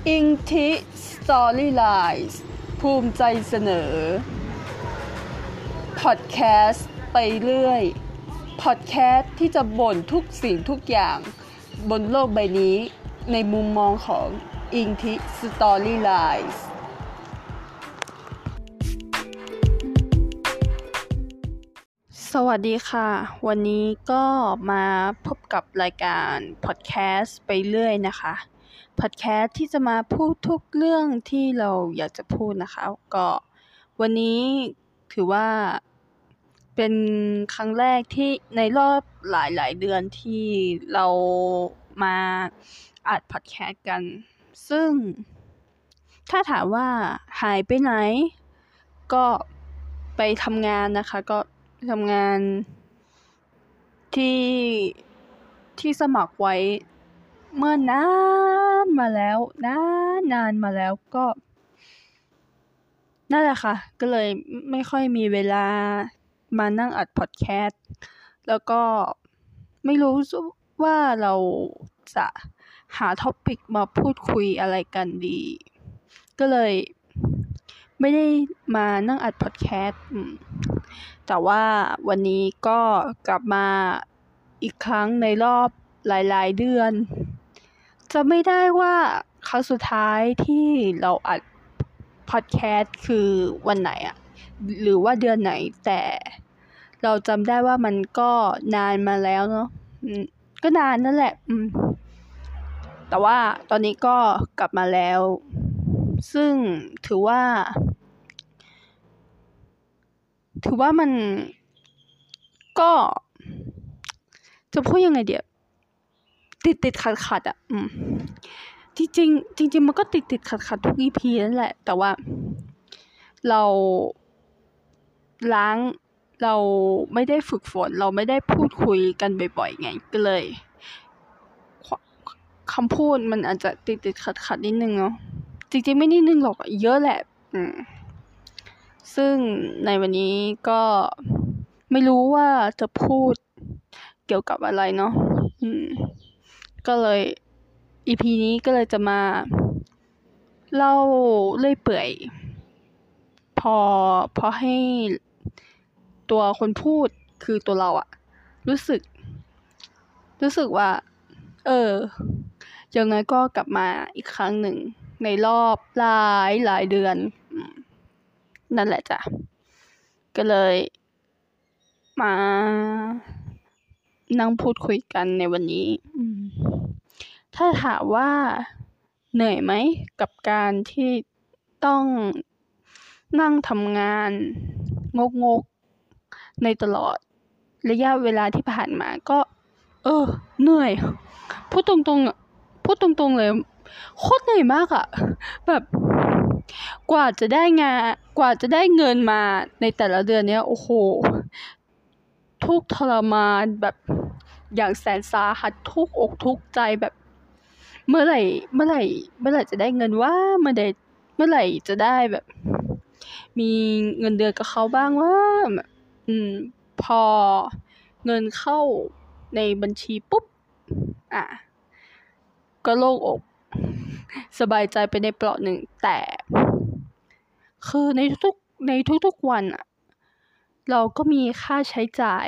อิงทิสตอรี่ไลน์ภูมิใจเสนอพอดแคสต์ไปเรื่อยพอดแคสต์ที่จะบ่นทุกสิ่งทุกอย่างบนโลกใบนี้ในมุมมองของอิงทิสตอรี่ไลน์สวัสดีค่ะวันนี้ก็มาพบกับรายการพอดแคสต์ไปเรื่อยนะคะพอดแคสต์ที่จะมาพูดทุกเรื่องที่เราอยากจะพูดนะคะก็วันนี้ถือว่าเป็นครั้งแรกที่ในรอบหลายๆเดือนที่เรามาอัดพอดแคสต์กันซึ่งถ้าถามว่าหายไปไหนก็ไปทำงานนะคะก็ทำงานที่สมัครไว้เมื่อนานมาแล้วนานมาแล้วก็นั่นแหละค่ะก็เลยไม่ค่อยมีเวลามานั่งอัดพอดแคสต์แล้วก็ไม่รู้ว่าเราจะหาท็อปิกมาพูดคุยอะไรกันดีก็เลยไม่ได้มานั่งอัดพอดแคสต์แต่ว่าวันนี้ก็กลับมาอีกครั้งในรอบหลายๆเดือนจะไม่ได้ว่าครั้งสุดท้ายที่เราอัดพอดแคสต์คือวันไหนอะหรือว่าเดือนไหนแต่เราจำได้ว่ามันก็นานมาแล้วเนาะก็นานนั่นแหละแต่ว่าตอนนี้ก็กลับมาแล้วซึ่งถือว่ามันก็จะพูดยังไงเดี๋ยวติดขัดอ่ะจริงมันก็ติดขัดทุก EP นั่นแหละแต่ว่าเราไม่ได้ฝึกฝนเราไม่ได้พูดคุยกันบ่อยๆไงก็เลยคำพูดมันอาจจะติดขัดนิดนึงเนาะจริงๆไม่นิดนึงหรอกเยอะแหละซึ่งในวันนี้ก็ไม่รู้ว่าจะพูดเกี่ยวกับอะไรเนาะก็เลย EP นี้ก็เลยจะมาเล่าเรื่อยเปื่อยพอให้ตัวคนพูดคือตัวเราอะรู้สึกว่ายังไงก็กลับมาอีกครั้งหนึ่งในรอบหลายเดือนนั่นแหละจ้ะก็เลยมานั่งพูดคุยกันในวันนี้ถ้าถามว่าเหนื่อยไหมกับการที่ต้องนั่งทำงานงกในตลอดระยะเวลาที่ผ่านมาก็เหนื่อยพูดตรงเลยโคตรเหนื่อยมากอะแบบกว่าจะได้เงินมาในแต่ละเดือนเนี้ยโอ้โหทุกทรมานแบบอย่างแสนสาหัสทุกอกทุกใจแบบเมื่อไหร่จะได้เงินว่าเมื่อไหร่จะได้แบบมีเงินเดือนกับเขาบ้างว่าพอเงินเข้าในบัญชีปุ๊บก็โล่งอกสบายใจไปในเปราะหนึ่งแต่คือในทุกวันอะเราก็มีค่าใช้จ่าย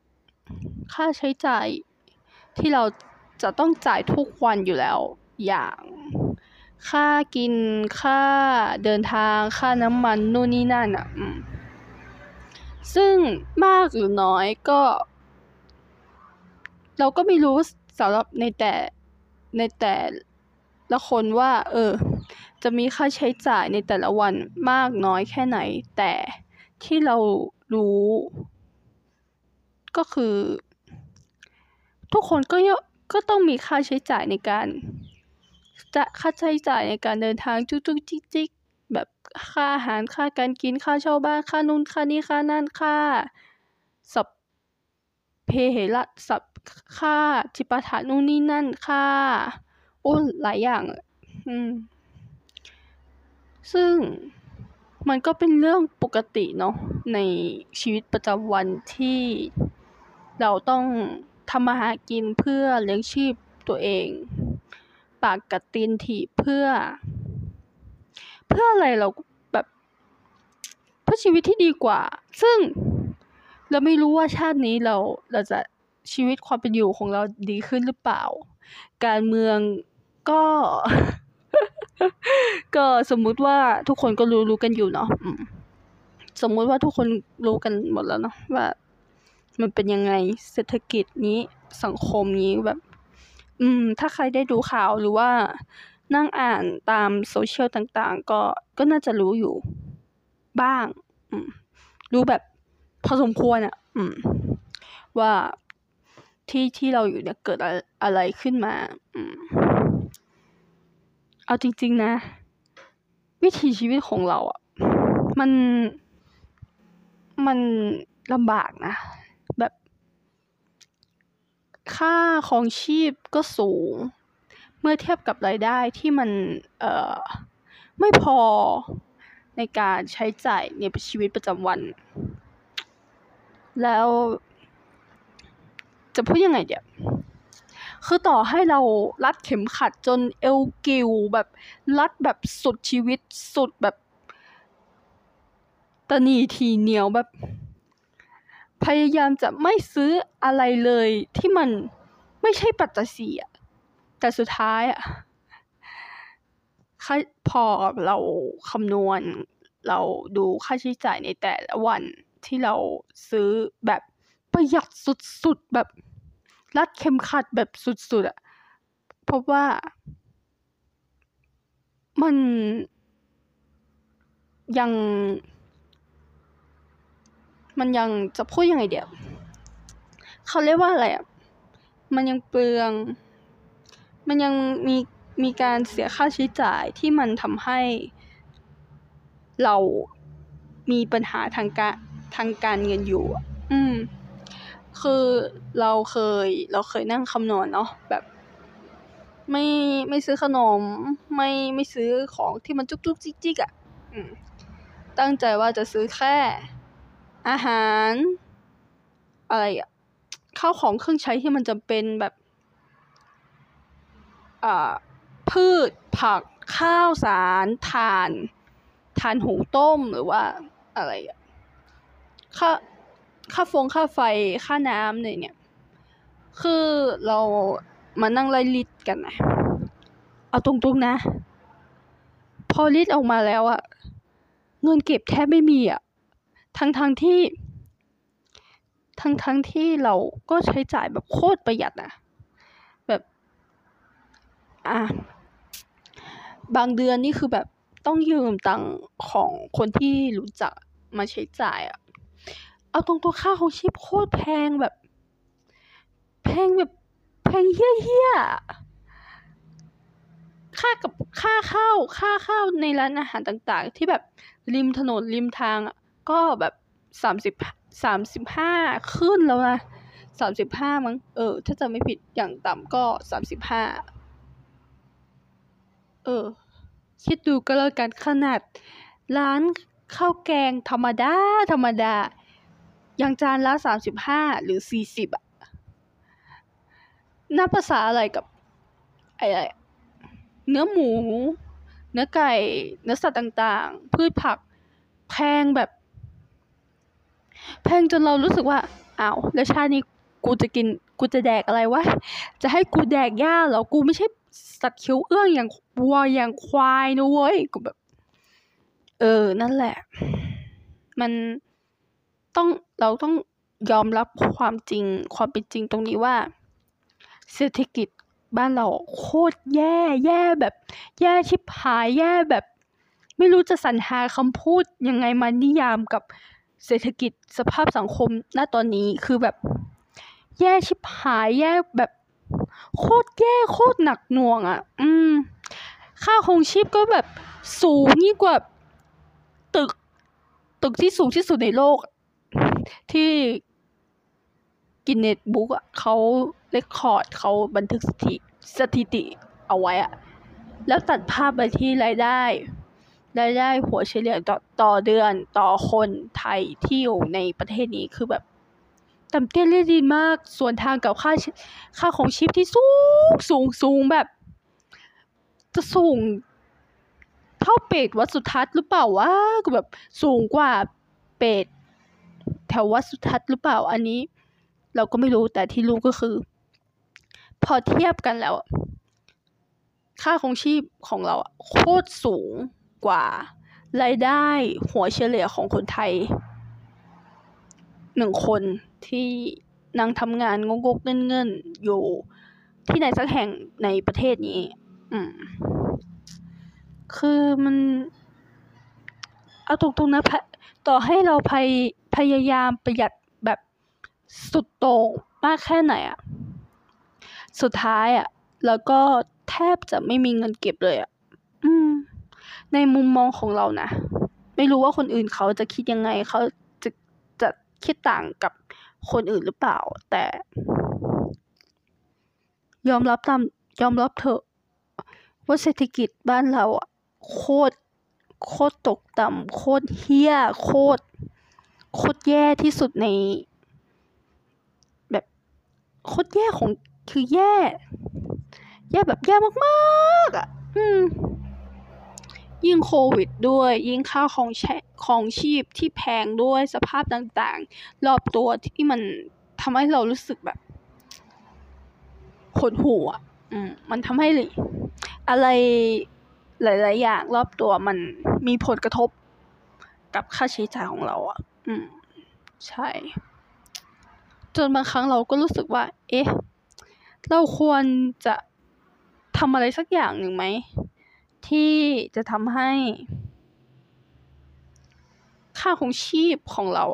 ที่เราจะต้องจ่ายทุกวันอยู่แล้วอย่างค่ากินค่าเดินทางค่าน้ำมันนู่นนี่นั่นอ่ะซึ่งมากหรือน้อยก็เราก็ไม่รู้สำหรับในแต่ละคนว่าจะมีค่าใช้จ่ายในแต่ละวันมากน้อยแค่ไหนแต่ที่เรารู้ก็คือทุกคนก็ต้องมีค่าใช้จ่ายในการเดินทางจุกจิกแบบค่าอาหารค่าการกินค่าเช่าบ้านค่านู่นค่านี่ค่านั่นค่าสัพเพเหระสัพค่าจิปาถะนู่นนี่นั่นค่าหลายอย่างซึ่งมันก็เป็นเรื่องปกติเนาะในชีวิตประจำวันที่เราต้องทำมาหากินเพื่อเลี้ยงชีพตัวเองไปปากกัดตีนถีบเพื่ออะไรเราแบบเพื่อชีวิตที่ดีกว่าซึ่งเราไม่รู้ว่าชาตินี้เราจะชีวิตความเป็นอยู่ของเราดีขึ้นหรือเปล่าการเมืองก็ ก็สมมุติว่าทุกคนก็รู้กันอยู่เนาะสมมุติว่าทุกคนรู้กันหมดแล้วเนาะว่ามันเป็นยังไงเศรษฐกิจนี้สังคมนี้แบบถ้าใครได้ดูข่าวหรือว่านั่งอ่านตามโซเชียลต่างๆก็น่าจะรู้อยู่บ้างรู้แบบพอสมควรว่าที่เราอยู่เนี่ยเกิดอะไรขึ้นมาเอาจริงๆนะวิถีชีวิตของเรามันลำบากนะแบบค่าครองชีพก็สูงเมื่อเทียบกับรายได้ที่มันไม่พอในการใช้จ่ายในชีวิตประจำวันแล้วจะพูดยังไงเดี๋ยวคือต่อให้เรารัดเข็มขัดจนเอวกิ่วแบบรัดแบบสุดชีวิตสุดแบบตะหนี่ทีเหนียวแบบพยายามจะไม่ซื้ออะไรเลยที่มันไม่ใช่ปัจจัยสี่แต่สุดท้ายพอเราคำนวณเราดูค่าใช้จ่ายในแต่ละวันที่เราซื้อแบบประหยัดสุดๆแบบรัดเข็มขัดแบบสุดๆเพราะว่ามันยังจะพูดยังไงเดี๋ยวเขาเรียกว่าอะไรมันยังเปลืองมันยังมีการเสียค่าใช้จ่ายที่มันทำให้เรามีปัญหาทางการเงินอยู่คือเราเคยนั่งคำนวณเนาะแบบไม่ซื้อขนมไม่ซื้อของที่มันจุกๆจิกๆตั้งใจว่าจะซื้อแค่อาหารอะไรข้าวของเครื่องใช้ที่มันจำเป็นแบบพืชผักข้าวสารถ่านหุงต้มหรือว่าอะไรค่าไฟค่าน้ำเนี่ยคือเรามานั่งไล่ลิตรกันนะเอาตรงๆนะพอลิตรออกมาแล้วเงินเก็บแทบไม่มีทั้งที่เราก็ใช้จ่ายแบบโคตรประหยัดนะแบบบางเดือนนี่คือแบบต้องยืมตังค์ของคนที่รู้จักมาใช้จ่ายเอาตรงตัวค่าของชีพโคตรแพงแบบแพงเหี้ยค่าข้าวในร้านอาหารต่างๆที่แบบริมถนนริมทางก็แบบ35ขึ้นแล้วนะ35มั้งถ้าจำไม่ผิดอย่างต่ำก็35คิดดูก็แล้วกันขนาดร้านข้าวแกงธรรมดาอย่างจานละ35หรือ40นับภาษาอะไรกับเนื้อหมูเนื้อไก่เนื้อสัตว์ต่างๆพืชผักแพงจนเรารู้สึกว่าอ้าวแล้วชาตินี้กูจะแดกอะไรวะจะให้กูแดกหญ้าเหรอกูไม่ใช่สัตว์เคี้ยวเอื้องอย่างวัวอย่างควายนะเว้ยกูแบบนั่นแหละมันเราต้องยอมรับความเป็นจริงตรงนี้ว่าเศรษฐกิจบ้านเราโคตรแย่แบบแย่ชิบหายแย่แบบไม่รู้จะสรรหาคำพูดยังไงมานิยามกับเศรษฐกิจสภาพสังคมณตอนนี้คือแบบแย่ชิบหายแย่แบบโคตรแย่โคตรหนักหน่วงค่าครองชีพก็แบบสูงยิ่งกว่าตึกที่สูงที่สุดในโลกที่กินเน็ตบุ๊กเขาเรคคอร์ดเขาบันทึกสถิติเอาไว้แล้วตัดภาพไปที่รายได้หัวเฉลี่ยต่อเดือนต่อคนไทยที่อยู่ในประเทศนี้คือแบบต่ำเตี้ยเลี่ยดินมากส่วนทางกับค่าของชีพที่สูงแบบจะสูงเท่าเป็ดวัดสุทัศน์หรือเปล่าวะก็แบบสูงกว่าเป็ดแถววัดสุทัศน์หรือเปล่าอันนี้เราก็ไม่รู้แต่ที่รู้ก็คือพอเทียบกันแล้วค่าครองชีพของเราโคตรสูงกว่ารายได้หัวเฉลี่ยของคนไทย1คนที่นั่งทำงานงกๆเงินๆอยู่ที่ไหนสักแห่งในประเทศนี้คือมันเอาตรงๆนะต่อให้เราพยายามประหยัดแบบสุดโต่งมากแค่ไหนสุดท้ายแล้วก็แทบจะไม่มีเงินเก็บเลยในมุมมองของเรานะไม่รู้ว่าคนอื่นเขาจะคิดยังไงเขาจะคิดต่างกับคนอื่นหรือเปล่าแต่ยอมรับเถอะว่าเศรษฐกิจบ้านเราโคตรตกต่ำโคตรเหี้ยโคตรแย่ที่สุดในแบบโคตรแย่ของคือแย่แบบแย่มากๆยิ่งโควิดด้วยยิ่งค่าของชีพที่แพงด้วยสภาพต่างๆรอบตัวที่มันทำให้เรารู้สึกแบบหดหู่มันทำให้อะไรหลายๆอย่างรอบตัวมันมีผลกระทบกับค่าใช้จ่ายของเราใช่จนบางครั้งเราก็รู้สึกว่าเราควรจะทำอะไรสักอย่างหนึ่งไหมที่จะทำให้ค่าครองชีพของเรา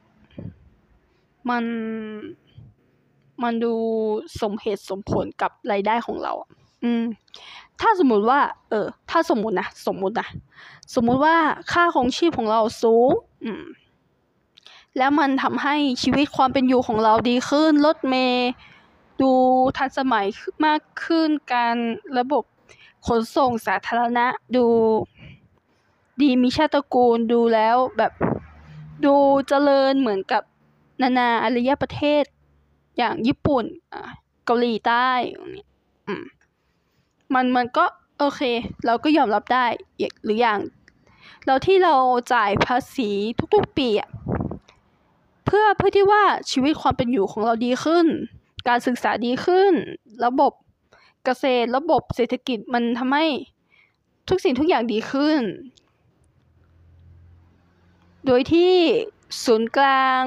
มันดูสมเหตุสมผลกับรายได้ของเราถ้าสมมุติว่าถ้าสมมุติว่าค่าครองชีพของเราสูงแล้วมันทำให้ชีวิตความเป็นอยู่ของเราดีขึ้นรถเมล์ดูทันสมัยมากขึ้นการระบบขนส่งสาธารณะดูดีมีชาติตระกูลดูแล้วแบบดูเจริญเหมือนกับนานาอารยประเทศอย่างญี่ปุ่นเกาหลีใต้มันก็โอเคเราก็ยอมรับได้หรืออย่างเราที่เราจ่ายภาษีทุกๆปีเพื่อที่ว่าชีวิตความเป็นอยู่ของเราดีขึ้นการศึกษาดีขึ้นระบบเกษตรระบบเศรษฐกิจมันทำให้ทุกสิ่งทุกอย่างดีขึ้นโดยที่ศูนย์กลาง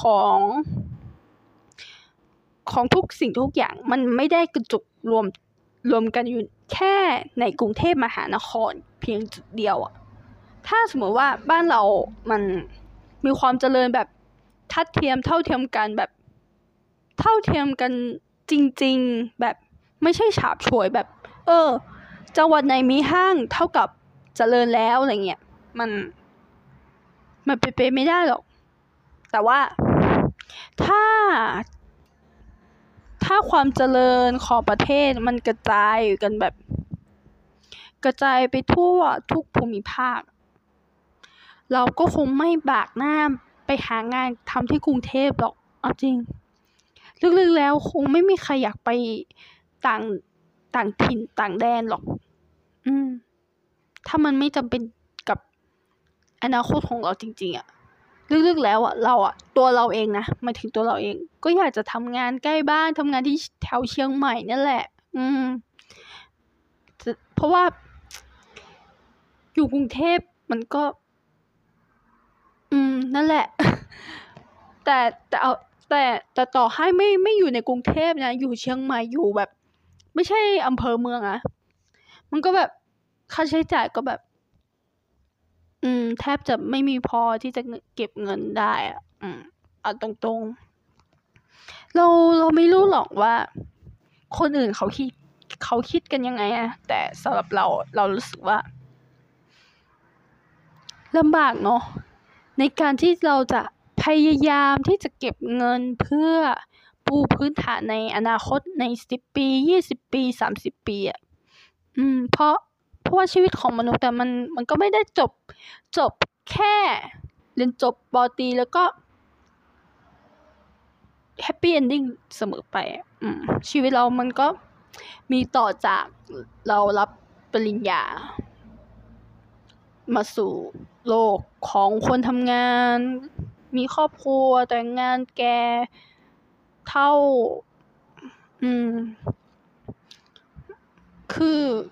ของทุกสิ่งทุกอย่างมันไม่ได้กระจุกรวมกันอยู่แค่ในกรุงเทพมหานครเพียงจุดเดียวถ้าสมมติว่าบ้านเรามันมีความเจริญแบบเท่าเทียมกันแบบเท่าเทียมกันจริงๆแบบไม่ใช่ฉาบฉวยแบบจังหวัดไหนมีห้างเท่ากับเจริญแล้วอะไรเงี้ยมันเป็นไปไม่ได้หรอกแต่ว่าถ้าความเจริญของประเทศมันกระจายกันแบบกระจายไปทั่วทุกภูมิภาคเราก็คงไม่บากหน้าไปหางานทำที่กรุงเทพหรอกเอาจริงลึกๆแล้วคงไม่มีใครอยากไปต่างถิ่นต่างแดนหรอกถ้ามันไม่จำเป็นกับอนาคตของเราจริงๆลึกๆแล้วเราตัวเราเองนะหมายถึงตัวเราเองก็อยากจะทำงานใกล้บ้านทำงานที่แถวเชียงใหม่นั่นแหละเพราะว่าอยู่กรุงเทพมันก็นั่นแหละแต่ต่อให้ไม่อยู่ในกรุงเทพนะอยู่เชียงใหม่อยู่แบบไม่ใช่อำเภอเมืองมันก็แบบค่าใช้จ่ายก็แบบแทบจะไม่มีพอที่จะเก็บเงินได้เอาตรงๆเราไม่รู้หรอกว่าคนอื่นเขาคิดกันยังไงแต่สำหรับเรารู้สึกว่าลำบากเนาะในการที่เราจะพยายามที่จะเก็บเงินเพื่อปูพื้นฐานในอนาคตใน10 ปี20 ปี30 ปีเพราะว่าชีวิตของมนุษย์แต่มันก็ไม่ได้จบแค่เรียนจบป.ตรีแล้วก็แฮปปี้เอนดิ้งเสมอไปชีวิตเรามันก็มีต่อจากเรารับปริญญามาสู่โลกของคนทำงานมีครอบครัวแต่งงานแก่เฒ่าคื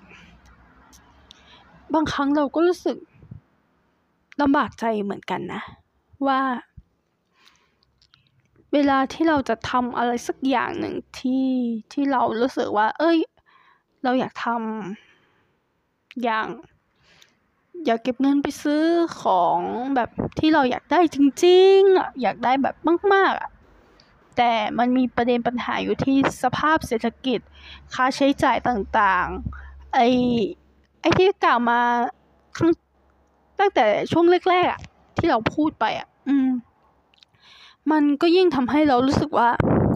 อบางครั้งเราก็รู้สึกลำบากใจเหมือนกันนะว่าเวลาที่เราจะทำอะไรสักอย่างหนึ่งที่เรารู้สึกว่าเราอยากทำอย่างอยากเก็บเงินไปซื้อของแบบที่เราอยากได้จริงๆอยากได้แบบมากๆแต่มันมีประเด็นปัญหาอยู่ที่สภาพเศรษฐกิจค่าใช้จ่ายต่างๆไอ้ที่กล่าวมาตั้งแต่ช่วงแรกๆที่เราพูดไปมันก็ยิ่งทำให้เรารู้สึกว่า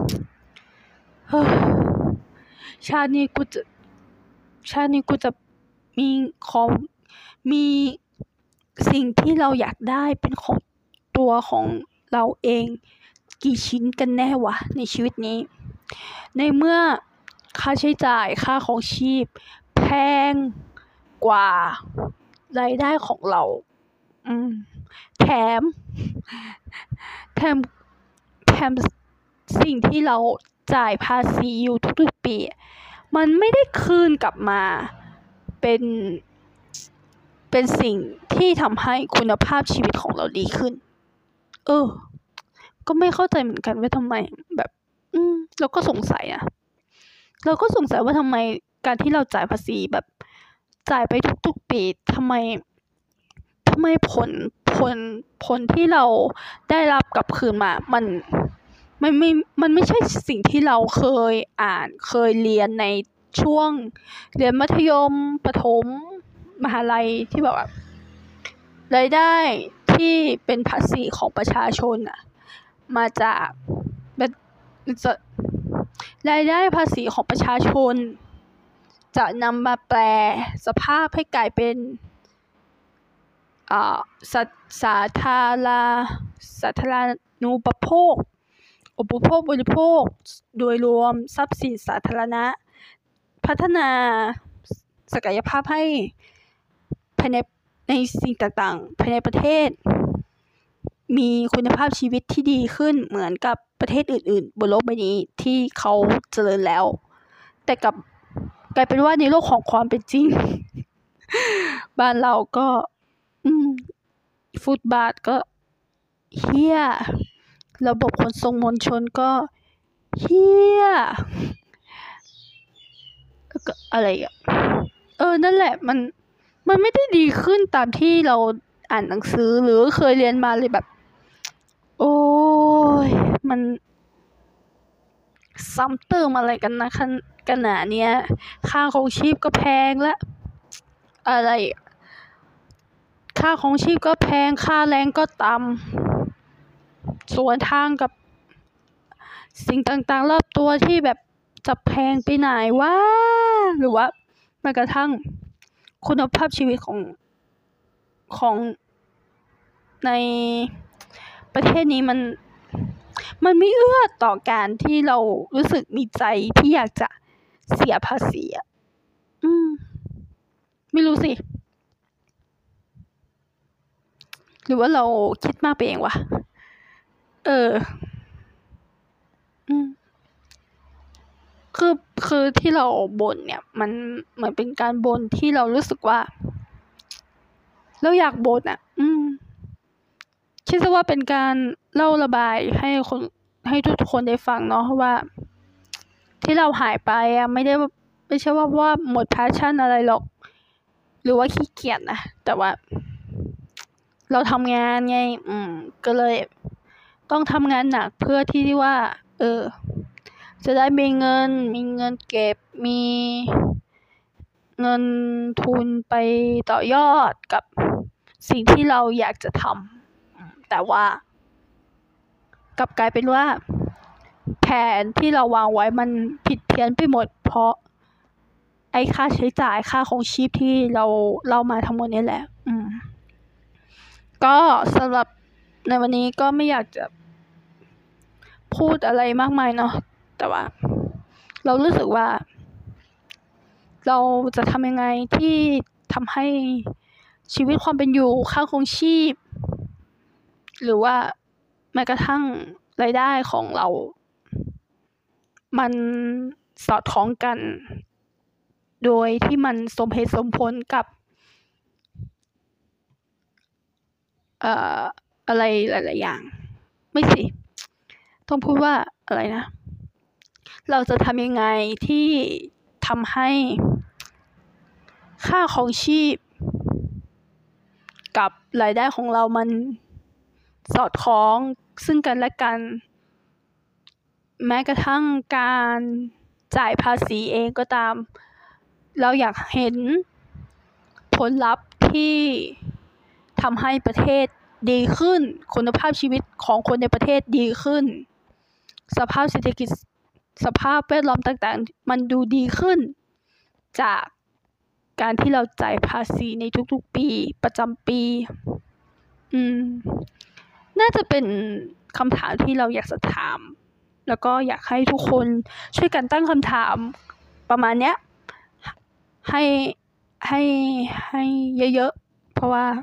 ชาตินี้กูจะมีสิ่งที่เราอยากได้เป็นของตัวของเราเองกี่ชิ้นกันแน่วะในชีวิตนี้ในเมื่อค่าใช้จ่ายค่าของชีพแพงกว่ารายได้ของเราแถมสิ่งที่เราจ่ายภาษีอยู่ทุกๆปีมันไม่ได้คืนกลับมาเป็นสิ่งที่ทำให้คุณภาพชีวิตของเราดีขึ้นก็ไม่เข้าใจเหมือนกันว่าทำไมแบบเราก็สงสัยว่าทำไมการที่เราจ่ายภาษีแบบจ่ายไปทุกๆปีทำไมผลที่เราได้รับกลับคืนมามันไม่ใช่สิ่งที่เราเคยอ่านเคยเรียนในช่วงเรียนมัธยมประถมมหาลัยที่แบบรายได้ที่เป็นภาษีของประชาชนมาจากรายได้ภาษีของประชาชนจะนำมาแปลสภาพให้กลายเป็นสาธารณูปโภคอุปโภคบริโภคโดยรวมทรัพย์สินสาธารณะพัฒนาศักยภาพให้ภายในสิ่งต่างๆภายในประเทศมีคุณภาพชีวิตที่ดีขึ้นเหมือนกับประเทศอื่นๆบนโลกใบนี้ที่เขาเจริญแล้วแต่กลายเป็นว่าในโลกของความเป็นจริงบ้านเราก็ฟุตบาทก็เหี้ยระบบขนส่งมวลชนก็เหี้ยก็อะไรนั่นแหละมันไม่ได้ดีขึ้นตามที่เราอ่านหนังสือหรือเคยเรียนมาเลยแบบโอ้ยมันซ้ำเติมอะไรกันนะขนาดเนี้ยค่าของชีพก็แพงและอะไรค่าของชีพก็แพงค่าแรงก็ต่ำสวนทางกับสิ่งต่างๆรอบตัวที่แบบจะแพงไปไหนวะหรือว่าแม้กระทั่งคุณภาพชีวิตของในประเทศนี้มันไม่เอื้อต่อการที่เรารู้สึกมีใจที่อยากจะเสียภาษีไม่รู้สิหรือว่าเราคิดมากไปเองวะคือที่เราบ่นเนี่ยมันเหมือนเป็นการบ่นที่เรารู้สึกว่าเราอยากบ่นคิดซะว่าเป็นการเล่าระบายให้ทุกคนได้ฟังเนาะว่าที่เราหายไปไม่ใช่ว่าหมด passion อะไรหรอกหรือว่าขี้เกียจนะแต่ว่าเราทำงานไงก็เลยต้องทำงานหนักเพื่อที่ว่าจะได้มีเงินเก็บมีเงินทุนไปต่อยอดกับสิ่งที่เราอยากจะทำแต่ว่ากลับกลายเป็นว่าแผนที่เราวางไว้มันผิดเพี้ยนไปหมดเพราะไอ้ค่าใช้จ่ายค่าของชีพที่เรามาทั้งหมดนี้แหละก็สำหรับในวันนี้ก็ไม่อยากจะพูดอะไรมากมายเนาะแต่ว่าเรารู้สึกว่าเราจะทำยังไงที่ทำให้ชีวิตความเป็นอยู่ค่าครองชีพหรือว่าแม้กระทั่งรายได้ของเรามันสอดคล้องกันโดยที่มันสมเหตุสมผลกับอะไรหลายๆอย่างไม่สิต้องพูดว่าอะไรนะเราจะทำยังไงที่ทำให้ค่าครองชีพกับรายได้ของเรามันสอดคล้องซึ่งกันและกันแม้กระทั่งการจ่ายภาษีเองก็ตามเราอยากเห็นผลลัพธ์ที่ทำให้ประเทศดีขึ้นคุณภาพชีวิตของคนในประเทศดีขึ้นสภาพเศรษฐกิจสภาพแวดล้อมต่างๆมันดูดีขึ้นจากการที่เราจ่ายภาษีในทุกๆปีประจำปีน่าจะเป็นคำถามที่เราอยากจะถามแล้วก็อยากให้ทุกคนช่วยกันตั้งคำถามประมาณเนี้ยให้เยอะๆเพราะว่า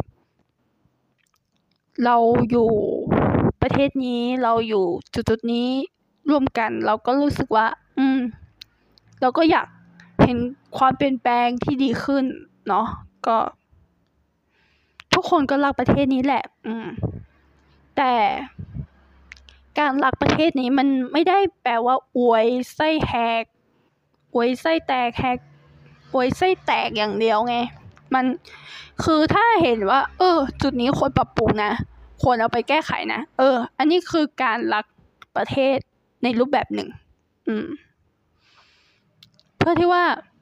เราอยู่ประเทศนี้เราอยู่จุดๆนี้ร่วมกันเราก็รู้สึกว่าเราก็อยากเห็นความเปลี่ยนแปลงที่ดีขึ้นเนาะก็ทุกคนก็รักประเทศนี้แหละแต่การรักประเทศนี้มันไม่ได้แปลว่าอวยไส้แหกอวยไส้แตกแหกอวยไส้แตกอย่างเดียวไงมันคือถ้าเห็นว่าจุดนี้ควรปรับปรุงนะควรเอาไปแก้ไขนะอันนี้คือการรักประเทศในรูปแบบหนึ่งเพื่อที่ว่า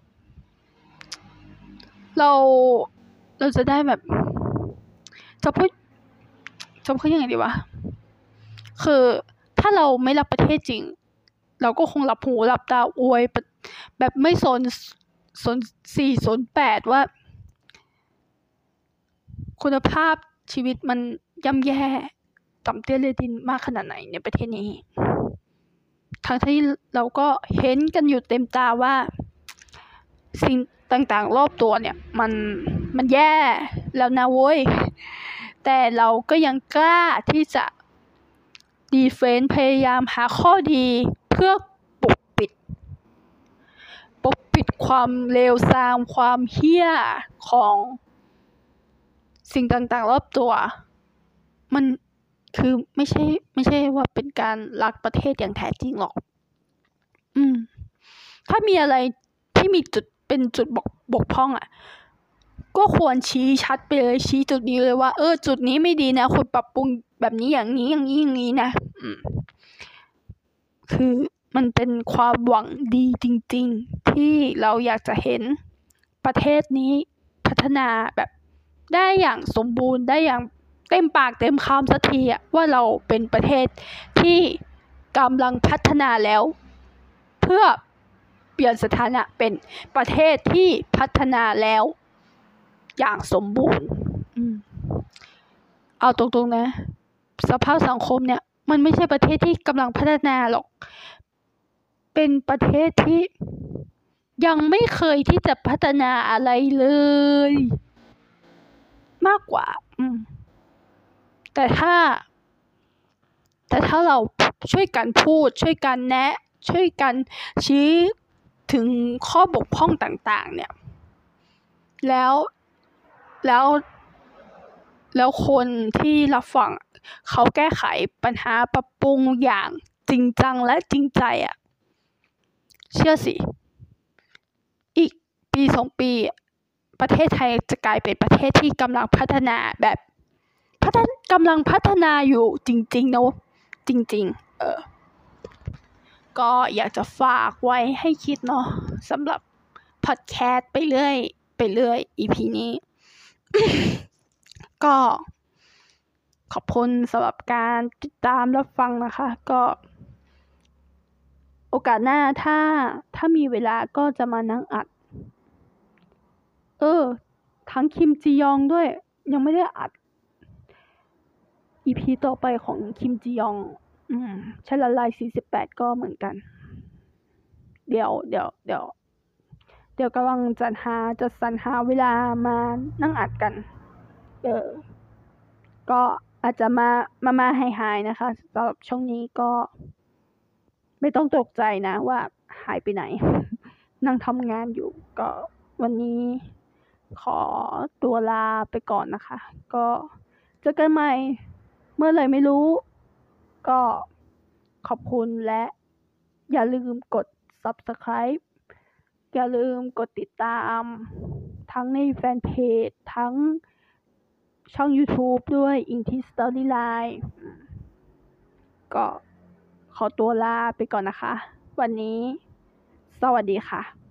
เราจะได้แบบจะพูดยังไงดีวะคือถ้าเราไม่รักประเทศจริงเราก็คงหลับหูหลับตาอวยแบบไม่สน4 สน 8ว่าคุณภาพชีวิตมันย่ำแย่ต่ำเตี้ยเลียดินมากขนาดไหนในประเทศนี้ทั้งที่เราก็เห็นกันอยู่เต็มตาว่าสิ่งต่างๆรอบตัวเนี่ยมันแย่แล้วนะเว้ยแต่เราก็ยังกล้าที่จะดีเฟนส์พยายามหาข้อดีเพื่อปกปิดความเลวทรามความเหี้ยของสิ่งต่างๆรอบตัวมันคือไม่ใช่ว่าเป็นการรักประเทศอย่างแท้จริงหรอกถ้ามีอะไรที่มีจุดเป็นจุดบกพร่องก็ควรชี้ชัดไปเลยชี้จุดนี้เลยว่าจุดนี้ไม่ดีนะควรปรับปรุงแบบนี้อย่างนี้นะคือมันเป็นความหวังดีจริงๆที่เราอยากจะเห็นประเทศนี้พัฒนาแบบได้อย่างสมบูรณ์ได้อย่างเต็มปากเต็มคำสักทีว่าเราเป็นประเทศที่กำลังพัฒนาแล้วเพื่อเปลี่ยนสถานะเป็นประเทศที่พัฒนาแล้วอย่างสมบูรณ์เอาตรงๆนะสภาพสังคมเนี่ยมันไม่ใช่ประเทศที่กำลังพัฒนาหรอกเป็นประเทศที่ยังไม่เคยที่จะพัฒนาอะไรเลยมากกว่าแต่ถ้าเราช่วยกันพูดช่วยกันแนะช่วยกันชี้ถึงข้อบกพร่องต่างๆเนี่ยแล้วคนที่รับฟังเขาแก้ไขปัญหาปรับปรุงอย่างจริงจังและจริงใจเชื่อสิอีกปี2 ปีประเทศไทยจะกลายเป็นประเทศที่กำลังพัฒนาแบบกำลังพัฒนาอยู่จริงๆนะจริงๆก็อยากจะฝากไว้ให้คิดเนาะสำหรับพอดแคสต์ไปเรื่อย EP นี้ ก็ขอบคุณสำหรับการติดตามรับฟังนะคะก็โอกาสหน้าถ้ามีเวลาก็จะมานั่งอัดทั้งคิมจียองด้วยยังไม่ได้อัด EP ต่อไปของคิมจียองชาละลาย48ก็เหมือนกันเดี๋ยวเดี๋ยวกำลังจัดสรรหาเวลามานั่งอัดกันก็อาจจะมาหายนะคะสำหรับช่วงนี้ก็ไม่ต้องตกใจนะว่าหายไปไหน นั่งทำงานอยู่ก็วันนี้ขอตัวลาไปก่อนนะคะก็เจอกันใหม่เมื่อไหร่ไม่รู้ก็ขอบคุณและอย่าลืมกด Subscribe อย่าลืมกดติดตามทั้งในแฟนเพจทั้งช่อง YouTube ด้วย Inti Storyline ก็ขอตัวลาไปก่อนนะคะวันนี้สวัสดีค่ะ